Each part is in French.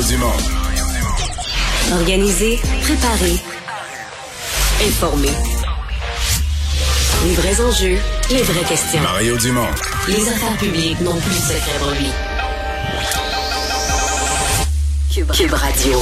Dumont. Organisé, préparé, informé. Les vrais enjeux, les vraies questions. Mario Dumont. Les affaires publiques n'ont plus de secret pour lui. Cube Radio.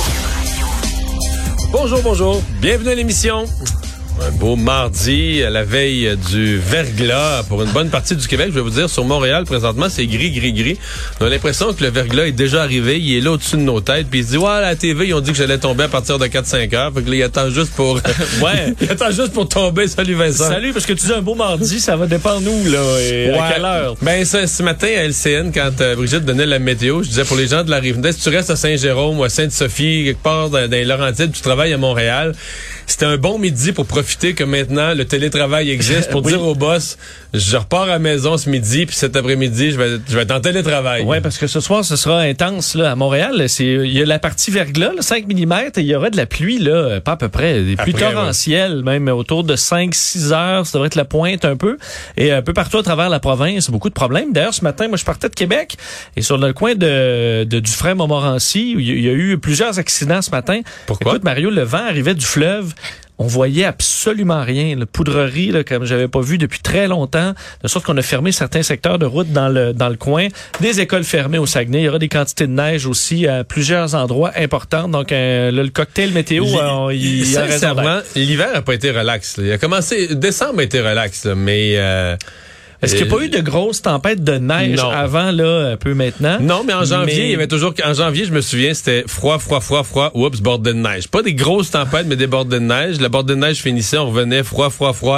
Bonjour. Bienvenue à l'émission. Un beau mardi à la veille du verglas pour une bonne partie du Québec. Je vais vous dire, sur Montréal, présentement, c'est gris. On a l'impression que le verglas est déjà arrivé. Il est là au-dessus de nos têtes. Puis il se dit, ouais, à la TV, ils ont dit que j'allais tomber à partir de 4-5 heures. Fait que là, il attend juste pour... ouais. Il attend juste pour tomber. Salut, Vincent. Salut, parce que tu dis un beau mardi, ça va dépendre où, là, et à quelle heure? Ben, ce matin, à LCN, quand Brigitte donnait la météo, je disais, pour les gens de la Rive-Nord, si tu restes à Saint-Jérôme ou à Sainte-Sophie, quelque part dans les Laurentides, tu travailles à Montréal, c'était un bon midi pour profiter que maintenant le télétravail existe, pour dire au boss, je repars à la maison ce midi, puis cet après-midi, je vais être en télétravail. Oui, parce que ce soir, ce sera intense là à Montréal. Il y a la partie verglas, là, 5 mm, et il y aura de la pluie, là, pas à peu près, des pluies torrentielles, même autour de 5-6 heures, ça devrait être la pointe un peu. Et un peu partout à travers la province, beaucoup de problèmes. D'ailleurs, ce matin, moi, je partais de Québec, et sur le coin de Dufresne-Montmorency, il y a eu plusieurs accidents ce matin. Pourquoi? Écoute, Mario, le vent arrivait du fleuve. On voyait absolument rien. La poudrerie, là, comme j'avais pas vu depuis très longtemps, de sorte qu'on a fermé certains secteurs de route dans le coin. Des écoles fermées au Saguenay. Il y aura des quantités de neige aussi à plusieurs endroits importants. Donc, là, le cocktail météo, il a raison. L'hiver a pas été relax. Là. Il a commencé... Décembre a été relax, là, mais... Est-ce qu'il n'y a pas eu de grosses tempêtes de neige avant, là, un peu maintenant? Non, mais en janvier, il y avait toujours... En janvier, je me souviens, c'était froid. Oups, bordée de neige. Pas des grosses tempêtes, mais des bordées de neige. La bordée de neige finissait, on revenait froid.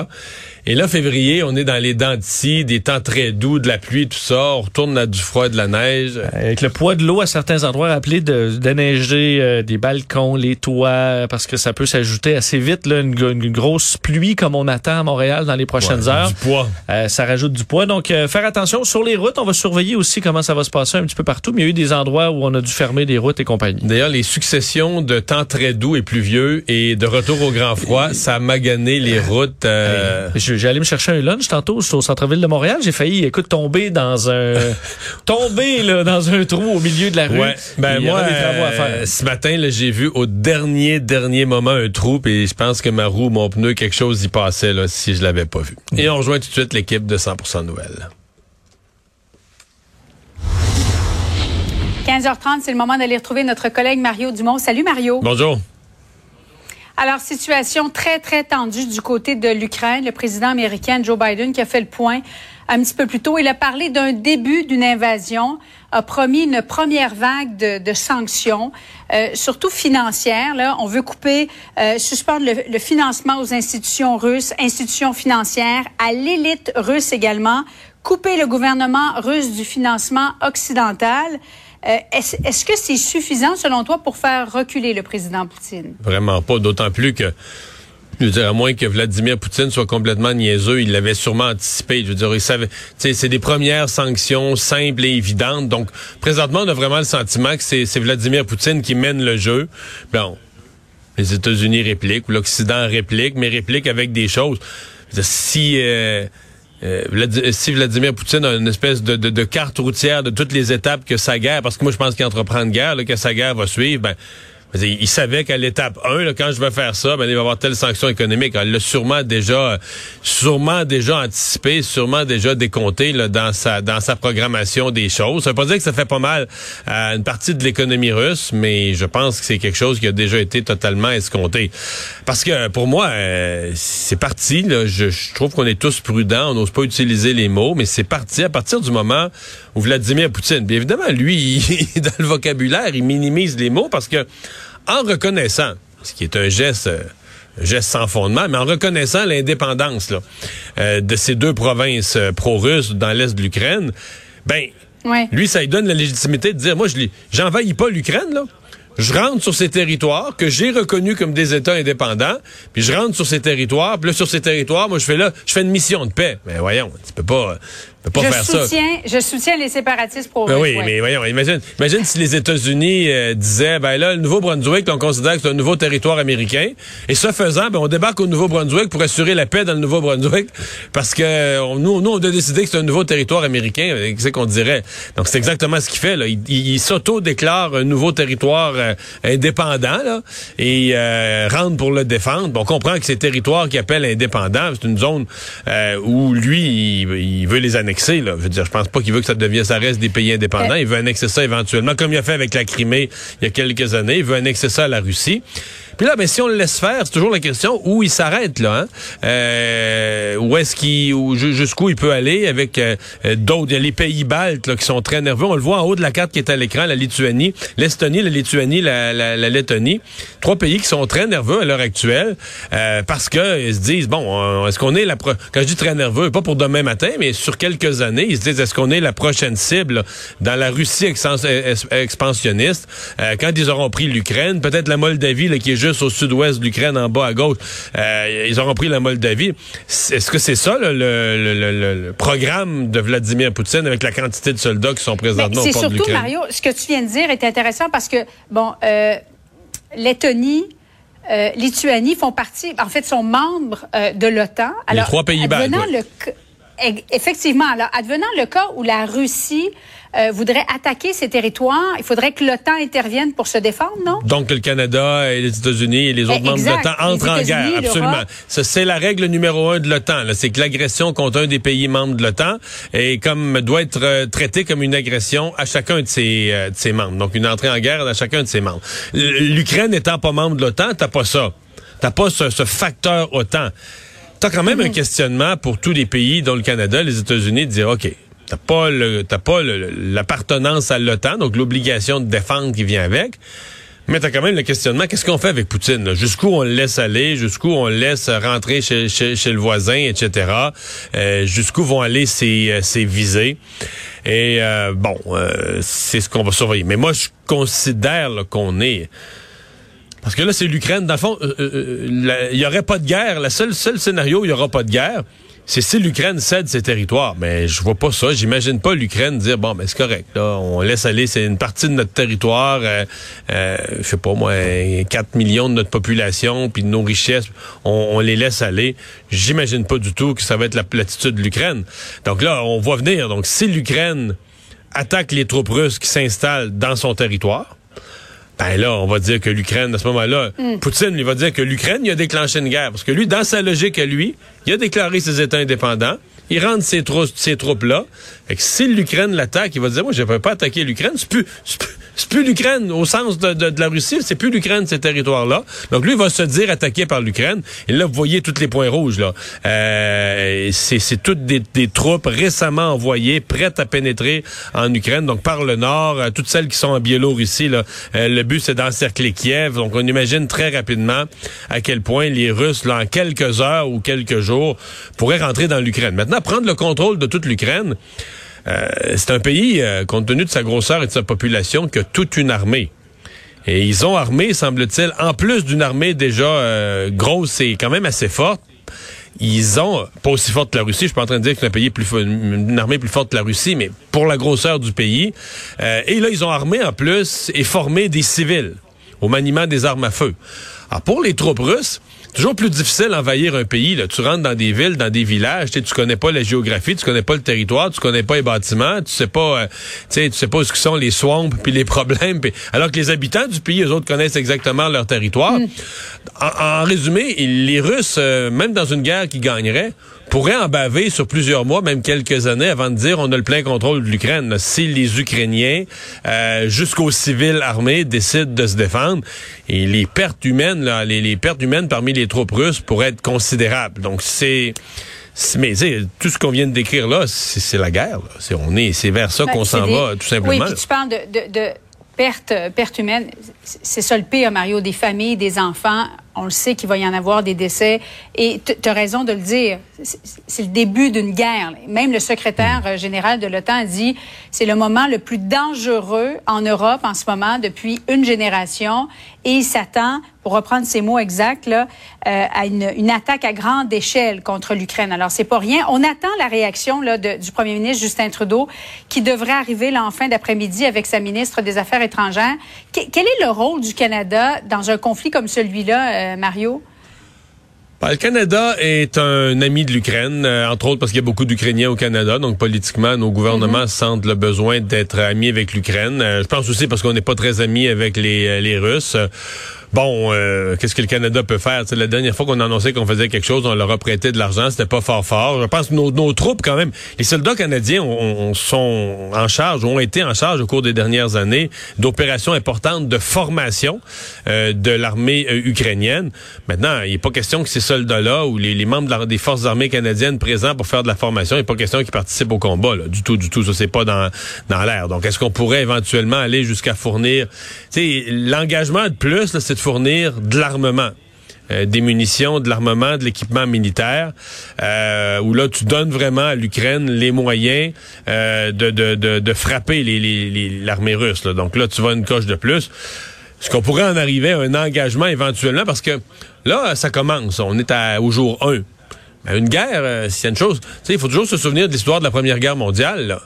Et là, février, on est dans les dents de scie, des temps très doux, de la pluie, tout ça. On retourne à du froid et de la neige. Avec le poids de l'eau à certains endroits, rappelé de déneiger des balcons, les toits, parce que ça peut s'ajouter assez vite, là, une grosse pluie comme on attend à Montréal dans les prochaines heures. Du poids. Ça rajoute du poids. Donc, faire attention sur les routes. On va surveiller aussi comment ça va se passer un petit peu partout. Mais il y a eu des endroits où on a dû fermer des routes et compagnie. D'ailleurs, les successions de temps très doux et pluvieux et de retour au grand froid, ça a magané les routes. J'allais me chercher un lunch tantôt au centre-ville de Montréal. J'ai failli, tomber dans un trou au milieu de la rue. Ouais. Ben moi, des travaux à faire. Ce matin, là, j'ai vu au dernier moment un trou, et je pense que ma roue, mon pneu, quelque chose y passait là si je l'avais pas vu. Et on rejoint tout de suite l'équipe de 100% Nouvelles. 15h30, c'est le moment d'aller retrouver notre collègue Mario Dumont. Salut Mario. Bonjour. Alors, situation très, très tendue du côté de l'Ukraine. Le président américain Joe Biden qui a fait le point un petit peu plus tôt. Il a parlé d'un début d'une invasion, a promis une première vague de sanctions, surtout financières. Là, on veut suspendre le financement aux institutions russes, institutions financières, à l'élite russe également, couper le gouvernement russe du financement occidental. Est-ce que c'est suffisant, selon toi, pour faire reculer le président Poutine? Vraiment pas, d'autant plus que, je veux dire, à moins que Vladimir Poutine soit complètement niaiseux, il l'avait sûrement anticipé. Je veux dire, il savait, tu sais, c'est des premières sanctions simples et évidentes. Donc, présentement, on a vraiment le sentiment que c'est Vladimir Poutine qui mène le jeu. Bon, les États-Unis répliquent, ou l'Occident réplique, mais réplique avec des choses. Je veux dire, si Vladimir Poutine a une espèce de carte routière de toutes les étapes que sa guerre, parce que moi je pense qu'il entreprend une guerre, là, que sa guerre va suivre, ben il savait qu'à l'étape 1, là, quand je vais faire ça, ben il va y avoir telle sanction économique. Il l'a sûrement déjà anticipé, sûrement déjà décompté là, dans sa programmation des choses. Ça veut pas dire que ça fait pas mal à une partie de l'économie russe, mais je pense que c'est quelque chose qui a déjà été totalement escompté. Parce que pour moi, c'est parti. Là, je trouve qu'on est tous prudents, on n'ose pas utiliser les mots, mais c'est parti à partir du moment où Vladimir Poutine, bien évidemment, lui, dans le vocabulaire, il minimise les mots parce que en reconnaissant, ce qui est un geste sans fondement, mais en reconnaissant l'indépendance là, de ces deux provinces pro-russes dans l'est de l'Ukraine, ben, lui, ça lui donne la légitimité de dire, moi, j'envahis pas l'Ukraine, là. je rentre sur ces territoires que j'ai reconnus comme des États indépendants, puis je rentre sur ces territoires, puis là, sur ces territoires, moi, je fais une mission de paix. Mais voyons, tu peux pas faire ça. Je soutiens les séparatistes pro-russes. Oui, mais voyons, imagine si les États-Unis disaient, ben là, le Nouveau-Brunswick, on considère que c'est un nouveau territoire américain, et ce faisant, ben on débarque au Nouveau-Brunswick pour assurer la paix dans le Nouveau-Brunswick, parce que nous, on a décidé que c'est un nouveau territoire américain. Qu'est-ce qu'on dirait? Donc, c'est exactement ce qu'il fait, là. Il s'auto-déclare un nouveau territoire indépendant, là, et rentre pour le défendre. Bon, on comprend que ces territoires qu'il appelle indépendants, c'est une zone où lui, il veut les annexer. Là. Je veux dire, je pense pas qu'il veut que ça reste des pays indépendants. Il veut annexer ça éventuellement, comme il a fait avec la Crimée il y a quelques années. Il veut annexer ça à la Russie. Puis là, ben, si on le laisse faire, c'est toujours la question où il s'arrête, là. Jusqu'où il peut aller avec d'autres. Il y a les pays baltes là, qui sont très nerveux. On le voit en haut de la carte qui est à l'écran, la Lituanie, l'Estonie, la Lituanie, la Lettonie. 3 pays qui sont très nerveux à l'heure actuelle parce que ils se disent, bon, est-ce qu'on est quand je dis très nerveux, pas pour demain matin, mais sur quelques années, ils se disent, est-ce qu'on est la prochaine cible là, dans la Russie expansionniste quand ils auront pris l'Ukraine, peut-être la Moldavie, là, qui est juste au sud-ouest de l'Ukraine, en bas à gauche, ils auront pris la Moldavie. Est-ce que c'est ça le programme de Vladimir Poutine avec la quantité de soldats qui sont présentement au port de l'Ukraine? C'est surtout, Mario, ce que tu viens de dire est intéressant parce que, Lettonie, Lituanie font partie, en fait, sont membres de l'OTAN. Alors, les 3 pays baltes. Effectivement. Alors, advenant le cas où la Russie voudrait attaquer ces territoires, il faudrait que l'OTAN intervienne pour se défendre, non? Donc, que le Canada et les États-Unis et les autres membres de l'OTAN entrent en guerre. Absolument. Ça, c'est la règle numéro 1 de l'OTAN. Là. C'est que l'agression contre un des pays membres de l'OTAN doit être traitée comme une agression à chacun de ses membres. Donc, une entrée en guerre à chacun de ses membres. L'Ukraine étant pas membre de l'OTAN, t'as pas ça. T'as pas ce facteur OTAN. T'as quand même un questionnement pour tous les pays, dont le Canada, les États-Unis, de dire, OK, t'as pas l'appartenance à l'OTAN, donc l'obligation de défendre qui vient avec, mais t'as quand même le questionnement, qu'est-ce qu'on fait avec Poutine? Là? Jusqu'où on le laisse aller? Jusqu'où on le laisse rentrer chez le voisin, etc.? Jusqu'où vont aller ses visées? Et c'est ce qu'on va surveiller. Mais moi, je considère là, qu'on est... Parce que là, c'est l'Ukraine. Dans le fond, il y aurait pas de guerre. Le seul scénario où il y aura pas de guerre, c'est si l'Ukraine cède ses territoires. Mais je vois pas ça. J'imagine pas l'Ukraine dire, bon, ben c'est correct. Là, on laisse aller, c'est une partie de notre territoire. Je sais pas moi, 4 millions de notre population, puis de nos richesses, on les laisse aller. J'imagine pas du tout que ça va être l'attitude de l'Ukraine. Donc là, on voit venir. Donc si l'Ukraine attaque les troupes russes qui s'installent dans son territoire, ben là, on va dire que l'Ukraine, à ce moment-là, Poutine, il va dire que l'Ukraine, il a déclenché une guerre. Parce que lui, dans sa logique à lui, il a déclaré ses États indépendants. Il rentre ces troupes-là. Fait que si l'Ukraine l'attaque, il va dire, moi, je ne vais pas attaquer l'Ukraine. C'est plus l'Ukraine au sens de la Russie. C'est plus l'Ukraine, ces territoires-là. Donc, lui, il va se dire attaqué par l'Ukraine. Et là, vous voyez tous les points rouges, là. C'est toutes des troupes récemment envoyées, prêtes à pénétrer en Ukraine. Donc, par le nord, toutes celles qui sont en Biélorussie, là. Le but, c'est d'encercler Kiev. Donc, on imagine très rapidement à quel point les Russes, là, en quelques heures ou quelques jours, pourraient rentrer dans l'Ukraine. Maintenant, prendre le contrôle de toute l'Ukraine, c'est un pays, compte tenu de sa grosseur et de sa population, qui a toute une armée. Et ils ont armé, semble-t-il, en plus d'une armée déjà grosse et quand même assez forte, ils ont, pas aussi forte que la Russie, je suis pas en train de dire que c'est un pays une armée plus forte que la Russie, mais pour la grosseur du pays. Et là, ils ont armé en plus et formé des civils au maniement des armes à feu. Alors, pour les troupes russes, toujours plus difficile d'envahir un pays. Là. Tu rentres dans des villes, dans des villages, tu connais pas la géographie, tu connais pas le territoire, tu connais pas les bâtiments, tu sais pas où sont les swamps puis les problèmes. Alors que les habitants du pays, eux autres connaissent exactement leur territoire. En résumé, les Russes, même dans une guerre qui gagnerait, pourraient en baver sur plusieurs mois, même quelques années, avant de dire on a le plein contrôle de l'Ukraine. Là. Si les Ukrainiens, jusqu'aux civils armés, décident de se défendre, et les pertes humaines, là, les pertes humaines parmi les troupes russes pourraient être considérables. Donc mais tout ce qu'on vient de décrire là, c'est la guerre. Là. C'est vers ça qu'on s'en va, tout simplement. Oui, puis tu parles de pertes humaines. C'est ça le pire, Mario, des familles, des enfants. On le sait qu'il va y en avoir des décès. Et tu as raison de le dire. C'est le début d'une guerre. Même le secrétaire général de l'OTAN a dit c'est le moment le plus dangereux en Europe en ce moment depuis une génération. Et il s'attend, pour reprendre ses mots exacts, là, à une attaque à grande échelle contre l'Ukraine. Alors, c'est pas rien. On attend la réaction là, du premier ministre Justin Trudeau, qui devrait arriver là, en fin d'après-midi avec sa ministre des Affaires étrangères. Quel est le rôle du Canada dans un conflit comme celui-là, Mario? Le Canada est un ami de l'Ukraine, entre autres parce qu'il y a beaucoup d'Ukrainiens au Canada, donc politiquement, nos gouvernements sentent le besoin d'être amis avec l'Ukraine. Je pense aussi parce qu'on n'est pas très amis avec les Russes. Bon, qu'est-ce que le Canada peut faire? T'sais, la dernière fois qu'on annonçait qu'on faisait quelque chose, on leur a prêté de l'argent, c'était pas fort. Je pense que nos troupes, quand même, les soldats canadiens sont en charge, ont été en charge au cours des dernières années d'opérations importantes de formation de l'armée ukrainienne. Maintenant, il n'est pas question que ces soldats-là ou les membres des forces armées canadiennes présents pour faire de la formation, il n'est pas question qu'ils participent au combat, là, du tout. Ça, c'est pas dans l'air. Donc, est-ce qu'on pourrait éventuellement aller jusqu'à fournir... Tu sais, l'engagement de plus, là, c'est de fournir de l'armement. Des munitions, de l'armement, de l'équipement militaire, où là, tu donnes vraiment à l'Ukraine les moyens de frapper l'armée russe. Là. Donc là, tu vas une coche de plus. Est-ce qu'on pourrait en arriver à un engagement éventuellement? Parce que là, ça commence. On est au jour 1. Mais une guerre, s'il y a une chose... Tu sais, il faut toujours se souvenir de l'histoire de la Première Guerre mondiale, là.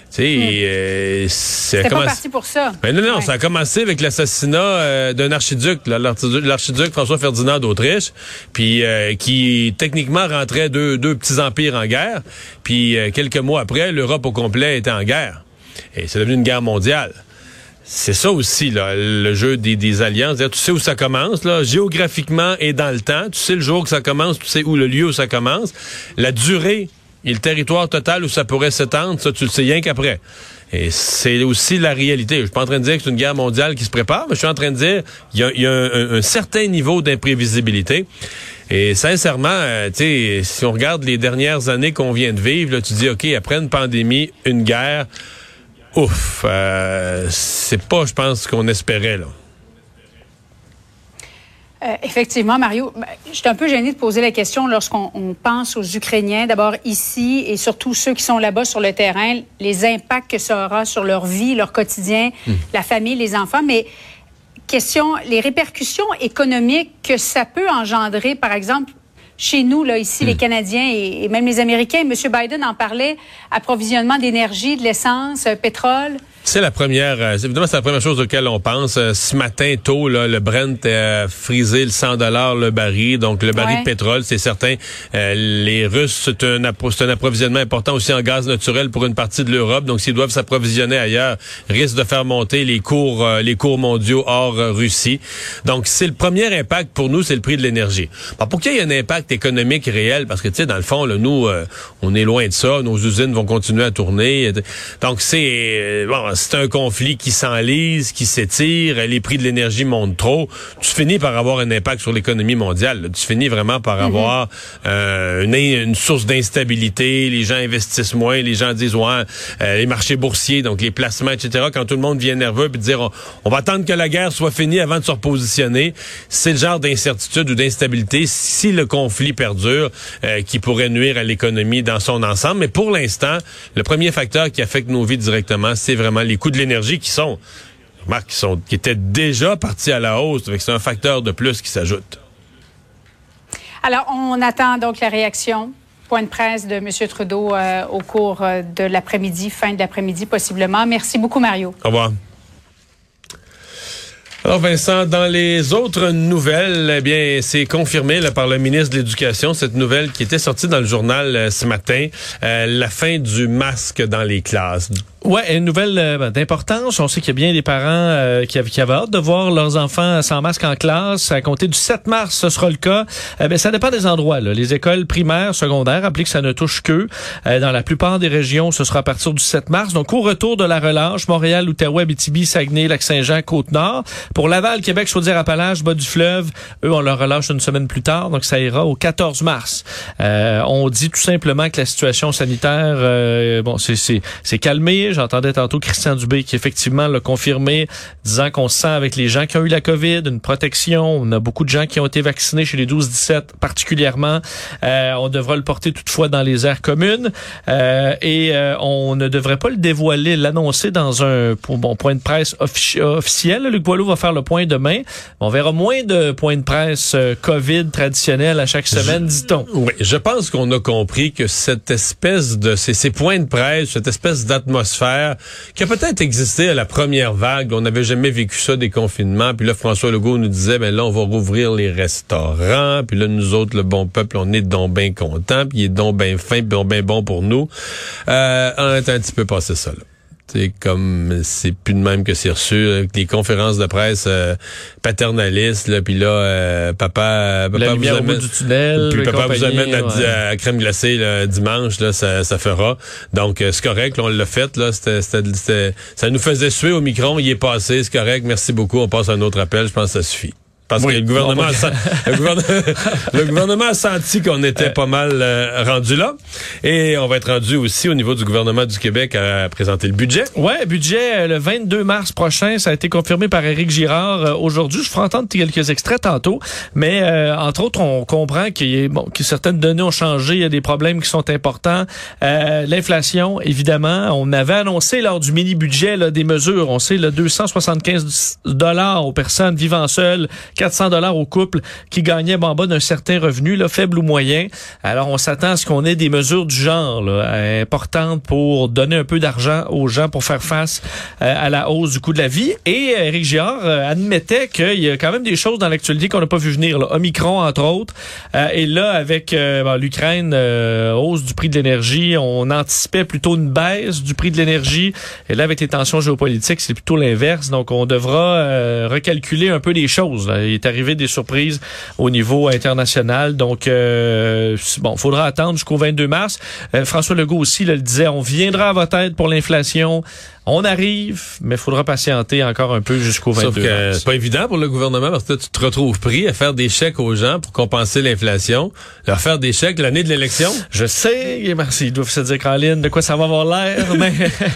C'était pas parti pour ça. Ben non, ça a commencé avec l'assassinat d'un archiduc, l'archiduc François-Ferdinand d'Autriche, puis qui techniquement rentrait deux petits empires en guerre, puis quelques mois après, l'Europe au complet était en guerre. Et c'est devenu une guerre mondiale. C'est ça aussi, là, le jeu des alliances. Tu sais où ça commence, là, géographiquement et dans le temps. Tu sais le jour que ça commence, tu sais où le lieu où ça commence. La durée et le territoire total où ça pourrait s'étendre, ça, tu le sais rien qu'après. Et c'est aussi la réalité. Je suis pas en train de dire que c'est une guerre mondiale qui se prépare, mais je suis en train de dire qu'il y a un certain niveau d'imprévisibilité. Et sincèrement, tu sais, si on regarde les dernières années qu'on vient de vivre, là, tu dis, OK, après une pandémie, une guerre, c'est pas, je pense, ce qu'on espérait, là. Effectivement, Mario, je suis un peu gênée de poser la question lorsqu'on pense aux Ukrainiens, d'abord ici et surtout ceux qui sont là-bas sur le terrain, les impacts que ça aura sur leur vie, leur quotidien, la famille, les enfants, mais question, les répercussions économiques que ça peut engendrer, par exemple, chez nous, là, ici, les Canadiens et même les Américains. M. Biden en parlait, approvisionnement d'énergie, de l'essence, pétrole. C'est la première, évidemment, c'est la première chose auquel on pense. Ce matin, tôt, là, le Brent a frisé le 100 $ le baril. Donc, le baril de pétrole, c'est certain. Les Russes, c'est un approvisionnement important aussi en gaz naturel pour une partie de l'Europe. Donc, s'ils doivent s'approvisionner ailleurs, risque de faire monter les cours mondiaux hors Russie. Donc, c'est le premier impact pour nous, c'est le prix de l'énergie. Alors, pour qu'il y ait un impact économique réel, parce que, tu sais, dans le fond, là, nous, on est loin de ça. Nos usines vont continuer à tourner. Donc, c'est un conflit qui s'enlise, qui s'étire, les prix de l'énergie montent trop, tu finis par avoir un impact sur l'économie mondiale. Là. Tu finis vraiment par avoir une source d'instabilité, les gens investissent moins, les gens disent les marchés boursiers, donc les placements, etc., quand tout le monde devient nerveux puis dire on va attendre que la guerre soit finie avant de se repositionner, c'est le genre d'incertitude ou d'instabilité, si le conflit perdure, qui pourrait nuire à l'économie dans son ensemble. Mais pour l'instant, le premier facteur qui affecte nos vies directement, c'est vraiment les coûts de l'énergie qui étaient déjà partis à la hausse. C'est un facteur de plus qui s'ajoute. Alors, on attend donc la réaction, point de presse de M. Trudeau au cours de l'après-midi, fin de l'après-midi possiblement. Merci beaucoup, Mario. Au revoir. Alors Vincent, dans les autres nouvelles, eh bien, c'est confirmé là, par le ministre de l'Éducation, cette nouvelle qui était sortie dans le journal ce matin, la fin du masque dans les classes. Ouais, une nouvelle d'importance. On sait qu'il y a bien des parents qui avaient hâte de voir leurs enfants sans masque en classe. À compter du 7 mars, ce sera le cas. Ça dépend des endroits. Là. Les écoles primaires, secondaires, rappelez que ça ne touche qu'eux. Dans la plupart des régions, ce sera à partir du 7 mars. Donc, au retour de la relâche, Montréal, Outaouais, Abitibi, Saguenay, Lac-Saint-Jean, Côte-Nord. Pour Laval, Québec, Chaudière-Appalaches, bas du fleuve, eux, on leur relâche une semaine plus tard, donc ça ira au 14 mars. On dit tout simplement que la situation sanitaire, c'est calmé. J'entendais tantôt Christian Dubé qui effectivement l'a confirmé, disant qu'on se sent avec les gens qui ont eu la COVID, une protection. On a beaucoup de gens qui ont été vaccinés chez les 12-17 particulièrement. On devra le porter toutefois dans les aires communes et on ne devrait pas le dévoiler, l'annoncer dans un point de presse officiel. Luc Boileau va faire le point demain. On verra moins de points de presse COVID traditionnels à chaque semaine, dit-on. Oui, je pense qu'on a compris que cette espèce de ces points de presse, cette espèce d'atmosphère qui a peut-être existé à la première vague, on n'avait jamais vécu ça, des confinements, puis là François Legault nous disait ben là on va rouvrir les restaurants, puis là nous autres le bon peuple on est donc bien contents, puis il est donc bien fin, puis donc bien bon pour nous. On est un petit peu passé ça là. C'est comme c'est plus de même que c'est reçu avec les conférences de presse paternalistes là, puis là papa vous amène du tunnel, puis papa vous amène à crème glacée là, dimanche là, ça fera. Donc c'est correct, là, on l'a fait là, c'était ça nous faisait suer au micron, il est passé, c'est correct, merci beaucoup, on passe à un autre appel, je pense que ça suffit. Parce que le gouvernement a senti qu'on était pas mal rendu là. Et on va être rendu aussi au niveau du gouvernement du Québec à présenter le budget. Ouais, budget le 22 mars prochain. Ça a été confirmé par Éric Girard aujourd'hui. Je ferai entendre quelques extraits tantôt. Mais entre autres, on comprend que certaines données ont changé. Il y a des problèmes qui sont importants. L'inflation, évidemment. On avait annoncé lors du mini-budget là, des mesures. On sait, 275 $ aux personnes vivant seules, 400 $ aux couples qui gagnaient en bas d'un certain revenu, là, faible ou moyen. Alors, on s'attend à ce qu'on ait des mesures du genre là, importantes pour donner un peu d'argent aux gens pour faire face à la hausse du coût de la vie. Et Éric Girard admettait qu'il y a quand même des choses dans l'actualité qu'on n'a pas vu venir. Là. Omicron, entre autres. Et là, avec l'Ukraine, hausse du prix de l'énergie, on anticipait plutôt une baisse du prix de l'énergie. Et là, avec les tensions géopolitiques, c'est plutôt l'inverse. Donc, on devra recalculer un peu les choses. Là. Il est arrivé des surprises au niveau international. Donc, faudra attendre jusqu'au 22 mars. François Legault aussi le disait, on viendra à votre aide pour l'inflation. On arrive, mais il faudra patienter encore un peu jusqu'au 22 mars. Sauf que c'est pas évident pour le gouvernement parce que là, tu te retrouves pris à faire des chèques aux gens pour compenser l'inflation. Leur faire des chèques l'année de l'élection. Je sais, merci. Ils doivent se dire, Caroline, de quoi ça va avoir l'air, mais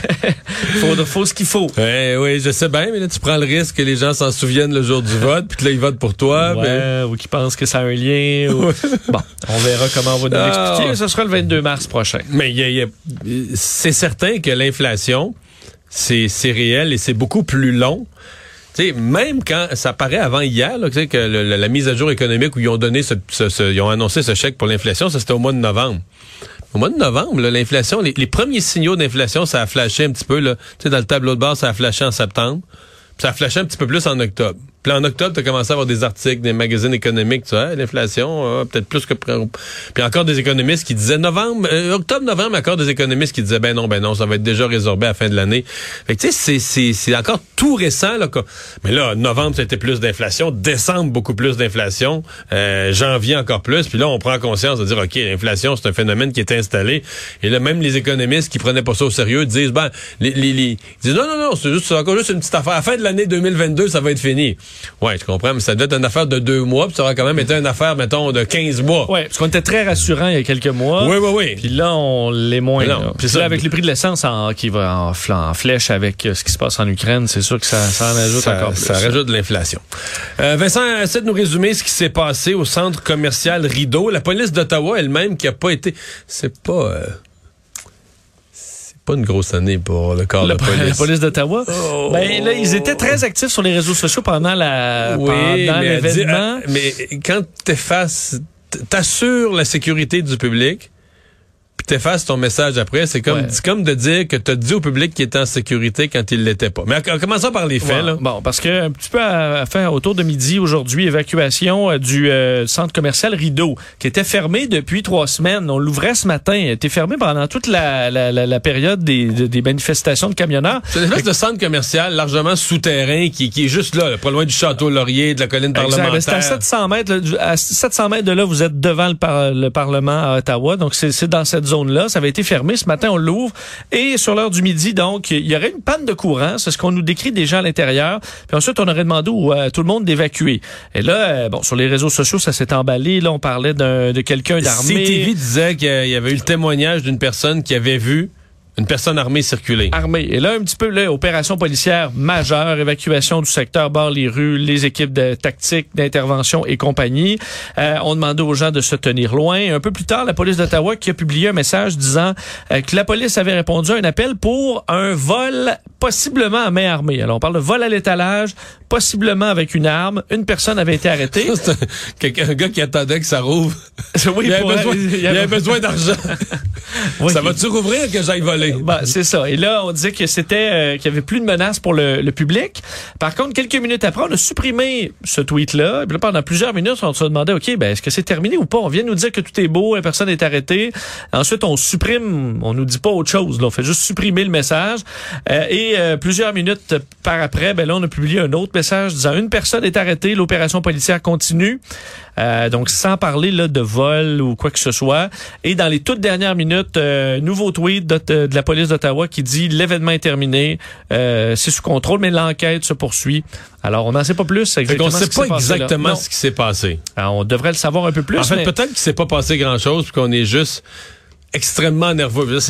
faut ce qu'il faut. Oui, je sais bien, mais là, tu prends le risque que les gens s'en souviennent le jour du vote, puis que là, ils votent pour toi. Ou qu'ils pensent que ça a un lien. Bon, on verra comment on va nous l'expliquer. Ce sera le 22 mars prochain. Mais c'est certain que l'inflation, c'est réel et c'est beaucoup plus long. Tu sais, même quand ça paraît avant hier, là, que la mise à jour économique où ils ont donné ils ont annoncé ce chèque pour l'inflation, ça c'était au mois de novembre. Au mois de novembre, là, l'inflation, les premiers signaux d'inflation, ça a flashé un petit peu, là. Tu sais, dans le tableau de bord, ça a flashé en septembre. Puis ça a flashé un petit peu plus en octobre. Puis en octobre, tu as commencé à avoir des articles, des magazines économiques, tu vois, l'inflation, peut-être plus que... Puis encore des économistes qui disaient octobre-novembre, encore des économistes qui disaient ben non, ça va être déjà résorbé à la fin de l'année. Fait que tu sais, c'est encore tout récent, là. Mais là, novembre, c'était plus d'inflation, décembre, beaucoup plus d'inflation, janvier encore plus, puis là, on prend conscience de dire, OK, l'inflation, c'est un phénomène qui est installé. Et là, même les économistes qui prenaient pas ça au sérieux disent, ils disent non, c'est encore juste une petite affaire. À la fin de l'année 2022, ça va être fini. Ouais, je comprends, mais ça doit être une affaire de 2 mois, puis ça aura quand même été une affaire, mettons, de 15 mois. Ouais, parce qu'on était très rassurant il y a quelques mois. Oui. Puis là, on l'est moins. Puis là, avec les prix de l'essence qui va en flèche avec ce qui se passe en Ukraine, c'est sûr que ça en ajoute encore plus. Ça rajoute de l'inflation. Vincent, essaie de nous résumer ce qui s'est passé au centre commercial Rideau. La police d'Ottawa elle-même qui a pas été... C'est pas une grosse année pour le corps de police. La police d'Ottawa? Ben là, ils étaient très actifs sur les réseaux sociaux pendant l'événement. Mais quand t'assures la sécurité du public, puis t'effaces ton message après, c'est comme de dire que t'as dit au public qu'il était en sécurité quand il l'était pas. Mais en commençant par les faits, là. Bon, parce que un petit peu à faire autour de midi aujourd'hui, évacuation du centre commercial Rideau, qui était fermé depuis 3 semaines. On l'ouvrait ce matin. Il était fermé pendant toute la période des manifestations de camionneurs. C'est une espèce de centre commercial largement souterrain qui est juste là, pas loin du Château Laurier, de la colline parlementaire. C'est à 700 mètres. À 700 mètres de là, vous êtes devant le Parlement à Ottawa. Donc, c'est dans cette zone zone-là. Ça avait été fermé. Ce matin, on l'ouvre. Et sur l'heure du midi, donc, il y aurait une panne de courant. C'est ce qu'on nous décrit déjà à l'intérieur. Puis ensuite, on aurait demandé à tout le monde d'évacuer. Et là, sur les réseaux sociaux, ça s'est emballé. Là, on parlait de quelqu'un d'armé. CTV disait qu'il y avait eu le témoignage d'une personne qui avait vu une personne armée circuler. Armée. Et là, un petit peu, là, opération policière majeure, évacuation du secteur, barre les rues, les équipes de tactique, d'intervention et compagnie. On demandait aux gens de se tenir loin. Un peu plus tard, la police d'Ottawa qui a publié un message disant que la police avait répondu à un appel pour un vol possiblement à main armée. Alors, on parle de vol à l'étalage, possiblement avec une arme. Une personne avait été arrêtée. C'est un gars qui attendait que ça rouvre. Oui, il avait besoin d'argent. Oui. Ça va-tu rouvrir que j'aille voler? C'est ça. Et là, on disait que c'était qu'il y avait plus de menaces pour le public. Par contre, quelques minutes après, on a supprimé ce tweet-là. Et puis là, pendant plusieurs minutes, on se demandait, OK, est-ce que c'est terminé ou pas? On vient nous dire que tout est beau, la personne est arrêtée. Ensuite, on supprime, on nous dit pas autre chose. Là. On fait juste supprimer le message. Et plusieurs minutes par après, là, on a publié un autre message disant une personne est arrêtée, l'opération policière continue. Donc, sans parler là de vol ou quoi que ce soit. Et dans les toutes dernières minutes, nouveau tweet de la police d'Ottawa qui dit l'événement est terminé, c'est sous contrôle, mais l'enquête se poursuit. Alors, on n'en sait pas plus exactement. On ne sait pas exactement ce qui s'est passé. Alors, on devrait le savoir un peu plus. En fait, peut-être qu'il ne s'est pas passé grand-chose, puis qu'on est juste extrêmement nerveux.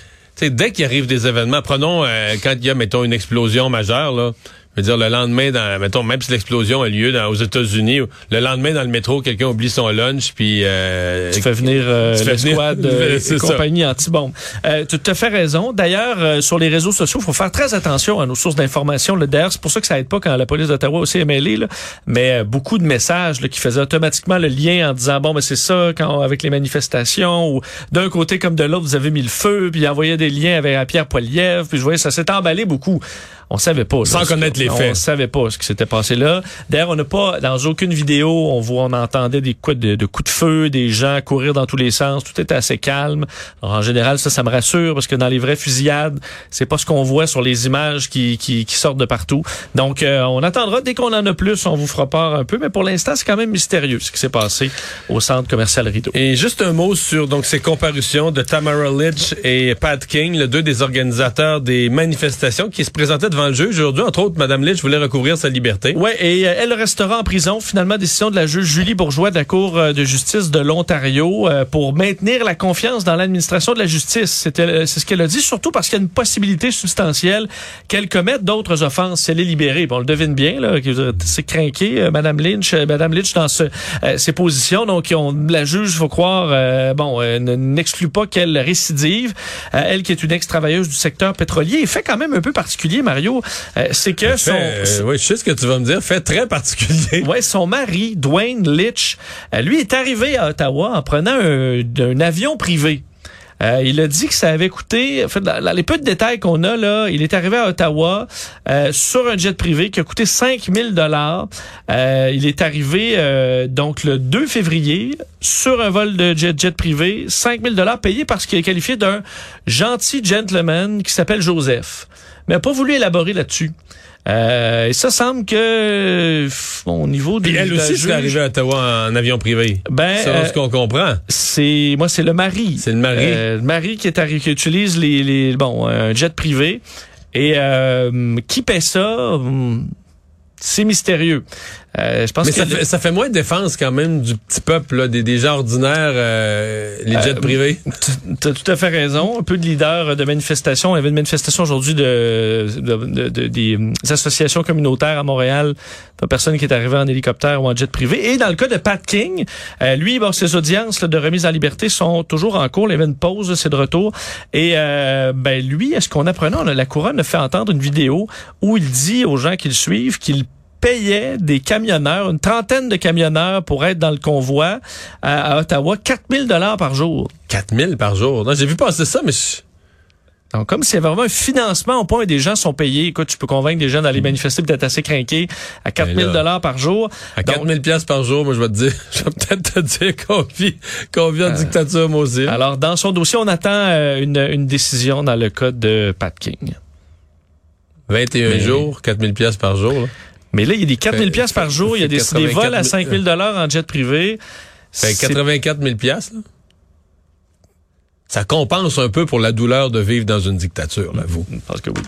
Dès qu'il arrive des événements, prenons quand il y a, mettons, une explosion majeure, là. Je veux dire, le lendemain, mettons, même si l'explosion a lieu aux États-Unis, le lendemain, dans le métro, quelqu'un oublie son lunch, puis... tu fais venir l'escouade et compagnie anti-bombe. Tu as fait raison. D'ailleurs, sur les réseaux sociaux, il faut faire très attention à nos sources d'information. D'ailleurs, c'est pour ça que ça aide pas quand la police d'Ottawa aussi est mêlée, là. Mais beaucoup de messages là, qui faisaient automatiquement le lien en disant, c'est ça, avec les manifestations, ou d'un côté comme de l'autre, vous avez mis le feu, puis envoyé des liens avec Pierre Poilievre, puis je voyais, ça s'est emballé beaucoup. On savait pas. Sans connaître les faits. On savait pas ce qui s'était passé là. D'ailleurs, on n'a pas, dans aucune vidéo, on entendait des coups de feu, des gens courir dans tous les sens. Tout était assez calme. Alors, en général, ça me rassure parce que dans les vraies fusillades, c'est pas ce qu'on voit sur les images qui sortent de partout. Donc, on attendra. Dès qu'on en a plus, on vous fera part un peu. Mais pour l'instant, c'est quand même mystérieux ce qui s'est passé au centre commercial Rideau. Et juste un mot sur ces comparutions de Tamara Lich et Pat King, les deux des organisateurs des manifestations qui se présentaient devant le juge aujourd'hui. Entre autres, Mme Lich voulait recouvrir sa liberté. Oui, et elle restera en prison. Finalement, décision de la juge Julie Bourgeois de la Cour de justice de l'Ontario pour maintenir la confiance dans l'administration de la justice. C'est ce qu'elle a dit, surtout parce qu'il y a une possibilité substantielle qu'elle commette d'autres offenses si elle est libérée. Bon, on le devine bien, là, c'est craqué, Mme Lynch dans ses positions. Donc, la juge, faut croire, n'exclut pas qu'elle récidive. Elle qui est une ex-travailleuse du secteur pétrolier, et fait quand même un peu particulier, Mario. C'est que oui, je sais ce que tu vas me dire. Fait très particulier. Ouais, son mari, Dwayne Litch, lui est arrivé à Ottawa en prenant un avion privé. Il a dit que ça avait coûté, en fait, dans les peu de détails qu'on a là, il est arrivé à Ottawa sur un jet privé qui a coûté 5 000 $. Il est arrivé donc le 2 février sur un vol de jet privé, 5 000 $ payé parce qu'il est qualifié d'un gentil gentleman qui s'appelle Joseph. Mais n'a pas voulu élaborer là-dessus. Et ça semble que au niveau de elle aussi serait arrivée à Ottawa en avion privé. C'est ce qu'on comprend. C'est le mari. C'est le mari. Le mari qui utilise un jet privé et qui paie ça. C'est mystérieux. Je pense mais ça fait moins de défense quand même du petit peuple, là, des gens ordinaires, les jets privés. T'as tout à fait raison. Un peu de leaders de manifestations. Il y avait une manifestation aujourd'hui des associations communautaires à Montréal. Pas personne qui est arrivé en hélicoptère ou en jet privé. Et dans le cas de Pat King, lui, ses audiences de remise en liberté sont toujours en cours. Il y avait une pause, c'est de retour. Et lui, est-ce qu'on apprenait? La Couronne a fait entendre une vidéo où il dit aux gens qui le suivent qu'il payait des camionneurs, une trentaine de camionneurs pour être dans le convoi à Ottawa, 4 000 $ par jour. 4 000 par jour? Non, j'ai vu passer ça, mais... Donc, comme s'il y avait vraiment un financement au point où des gens sont payés. Écoute, tu peux convaincre des gens d'aller manifester peut-être assez craqués à 4 000 $ par jour. À 4 000 $ par jour, moi, je vais peut-être te dire qu'on vit en dictature, moi aussi. Alors, dans son dossier, on attend une décision dans le cas de Pat King. 21 jours, 4 000 $ par jour, là. Mais là, il y a des 4 000 $ par jour, il y a des vols à 5 000 $ en jet privé. Fait 84 000 $, là? ça compense un peu pour la douleur de vivre dans une dictature, là, vous. Je pense que oui.